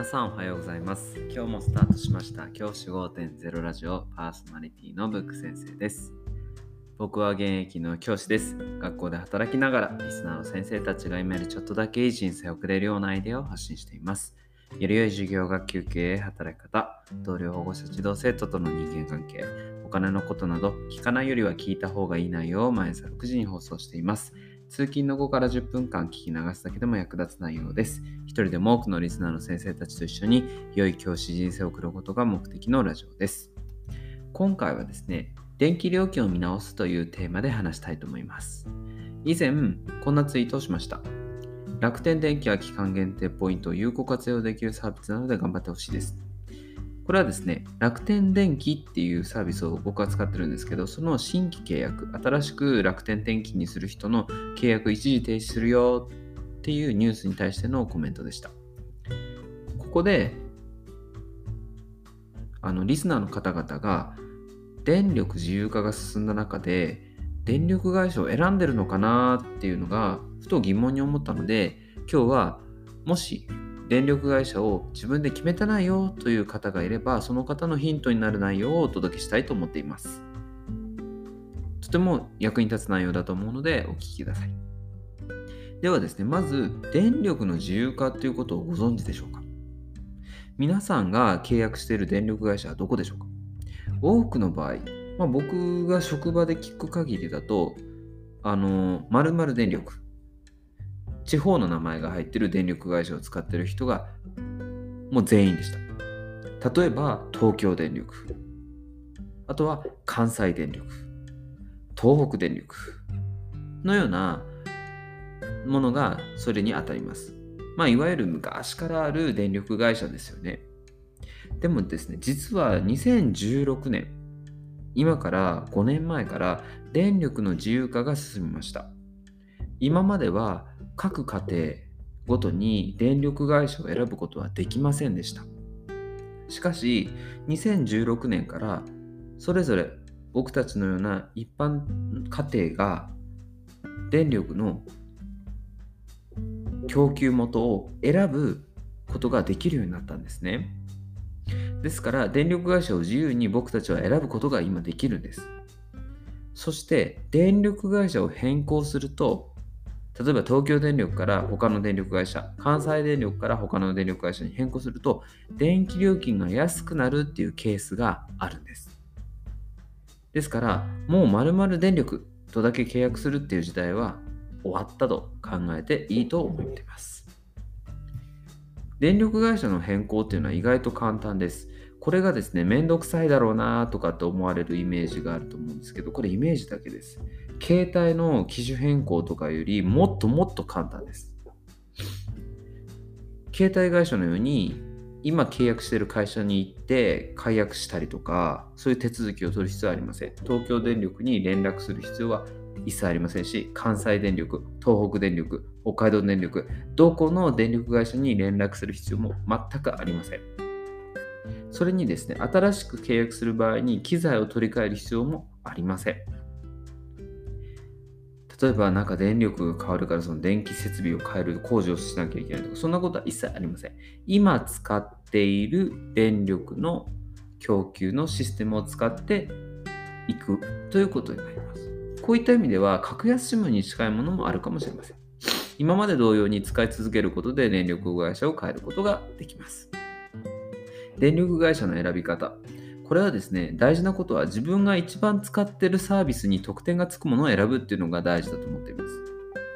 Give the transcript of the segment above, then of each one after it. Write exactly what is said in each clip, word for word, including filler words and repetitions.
さんおはようございます。今日もスタートしました教師 ごてんゼロ ラジオパーソナリティのブック先生です。僕は現役の教師です。学校で働きながらリスナーの先生たちが今よりちょっとだけいい人生を送れるようなアイデアを発信しています。より良い授業、学級経営、働き方、同僚、保護者、児童生徒との人間関係、お金のことなど聞かないよりは聞いた方がいい内容を毎朝ろくじに放送しています。通勤のごからじゅっぷんかん聞き流すだけでも役立つ内容です。一人でも多くのリスナーの先生たちと一緒に良い教師人生を送ることが目的のラジオです。今回はですね、電気料金を見直すというテーマで話したいと思います。以前こんなツイートをしました。楽天電気は期間限定ポイントを有効活用できるサービスなので頑張ってほしいです。これはですね、楽天電気っていうサービスを僕は使ってるんですけど、その新規契約、新しく楽天電気にする人の契約一時停止するよっていうニュースに対してのコメントでした。ここであのリスナーの方々が電力自由化が進んだ中で電力会社を選んでるのかなっていうのがふと疑問に思ったので、今日はもし電力会社を自分で決めてないよという方がいれば、その方のヒントになる内容をお届けしたいと思っています。とても役に立つ内容だと思うのでお聞きください。ではですね、まず電力の自由化ということをご存知でしょうか？皆さんが契約している電力会社はどこでしょうか？多くの場合、まあ、僕が職場で聞く限りだと、あの〇〇電力、地方の名前が入っている電力会社を使っている人がもう全員でした。例えば東京電力、あとは関西電力、東北電力のようなものがそれに当たります。まあ、いわゆる昔からある電力会社ですよね。でもですね、実はにせんじゅうろくねん、今からごねんまえから電力の自由化が進みました。今までは各家庭ごとに電力会社を選ぶことはできませんでした。しかしにせんじゅうろくねんからそれぞれ僕たちのような一般家庭が電力の供給元を選ぶことができるようになったんですね。ですから電力会社を自由に僕たちは選ぶことが今できるんです。そして電力会社を変更すると、例えば東京電力から他の電力会社、関西電力から他の電力会社に変更すると電気料金が安くなるっていうケースがあるんです。ですからもう〇〇電力とだけ契約するっていう時代は終わったと考えていいと思っています。電力会社の変更っていうのは意外と簡単です。これがですね、めんどくさいだろうなとかって思われるイメージがあると思うんですけど、これイメージだけです。携帯の機種変更とかよりもっともっと簡単です。携帯会社のように今契約している会社に行って解約したりとか、そういう手続きを取る必要はありません。東京電力に連絡する必要は一切ありませんし、関西電力、東北電力、北海道電力、どこの電力会社に連絡する必要も全くありません。それにですね、新しく契約する場合に機材を取り替える必要もありません。例えばなんか電力が変わるからその電気設備を変える工事をしなきゃいけないとか、そんなことは一切ありません。今使っている電力の供給のシステムを使っていくということになります。こういった意味では格安 SIM に近いものもあるかもしれません。今まで同様に使い続けることで電力会社を変えることができます。電力会社の選び方。これはですね、大事なことは自分が一番使っているサービスに得点がつくものを選ぶっていうのが大事だと思っています。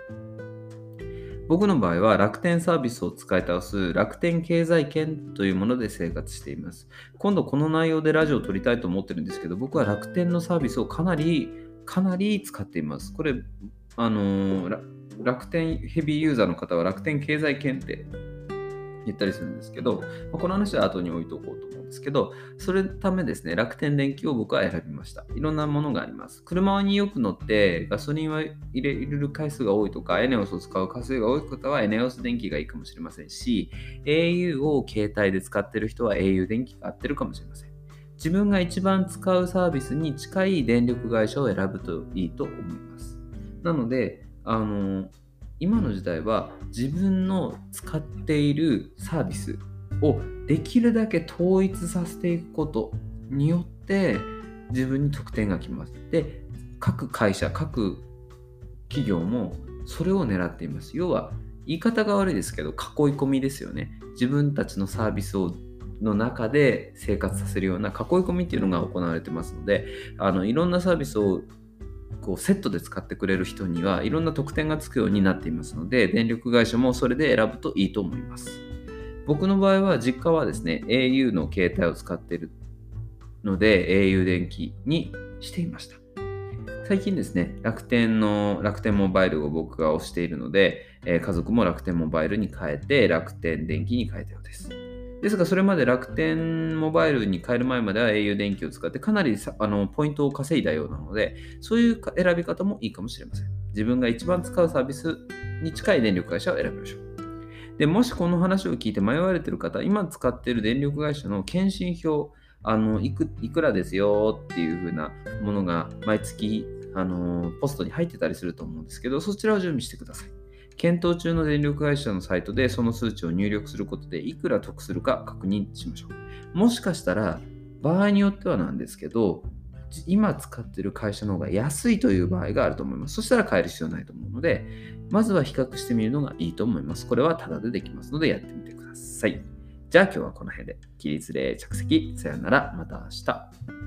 僕の場合は楽天サービスを使い倒す楽天経済圏というもので生活しています。今度この内容でラジオを撮りたいと思ってるんですけど、僕は楽天のサービスをかなりかなり使っています。これ、あのー、楽天ヘビーユーザーの方は楽天経済圏って言ったりするんですけど、この話は後に置いとこうと思うんですけど、それのためですね、楽天電気を僕は選びました。いろんなものがあります。車によく乗ってガソリンを入れる回数が多いとか、エネオスを使う回数が多い方はエネオス電気がいいかもしれませんし、au を携帯で使っている人は au 電気が合ってるかもしれません。自分が一番使うサービスに近い電力会社を選ぶといいと思います。なので、あの今の時代は自分の使っているサービスをできるだけ統一させていくことによって自分に得点がきます。で、各会社、各企業もそれを狙っています。要は言い方が悪いですけど、囲い込みですよね。自分たちのサービスをの中で生活させるような囲い込みっていうのが行われてますので、あのいろんなサービスをこうセットで使ってくれる人にはいろんな特典がつくようになっていますので、電力会社もそれで選ぶといいと思います。僕の場合は実家はですね エーユー の携帯を使っているので エーユー 電気にしていました。最近ですね、楽天の楽天モバイルを僕が推しているので、えー家族も楽天モバイルに変えて楽天電気に変えたようです。ですが、それまで楽天モバイルに変える前までは エーユー 電気を使ってかなりさあのポイントを稼いだようなので、そういうか選び方もいいかもしれません。自分が一番使うサービスに近い電力会社を選びましょう。で、もしこの話を聞いて迷われている方、今使っている電力会社の検針票、あのいくいくらですよっていう風なものが毎月あのポストに入ってたりすると思うんですけど、そちらを準備してください。検討中の電力会社のサイトでその数値を入力することでいくら得するか確認しましょう。もしかしたら場合によってはなんですけど、今使っている会社の方が安いという場合があると思います。そしたら変える必要ないと思うので、まずは比較してみるのがいいと思います。これはタダでできますのでやってみてください。じゃあ今日はこの辺で。起立例着席。さよなら。また明日。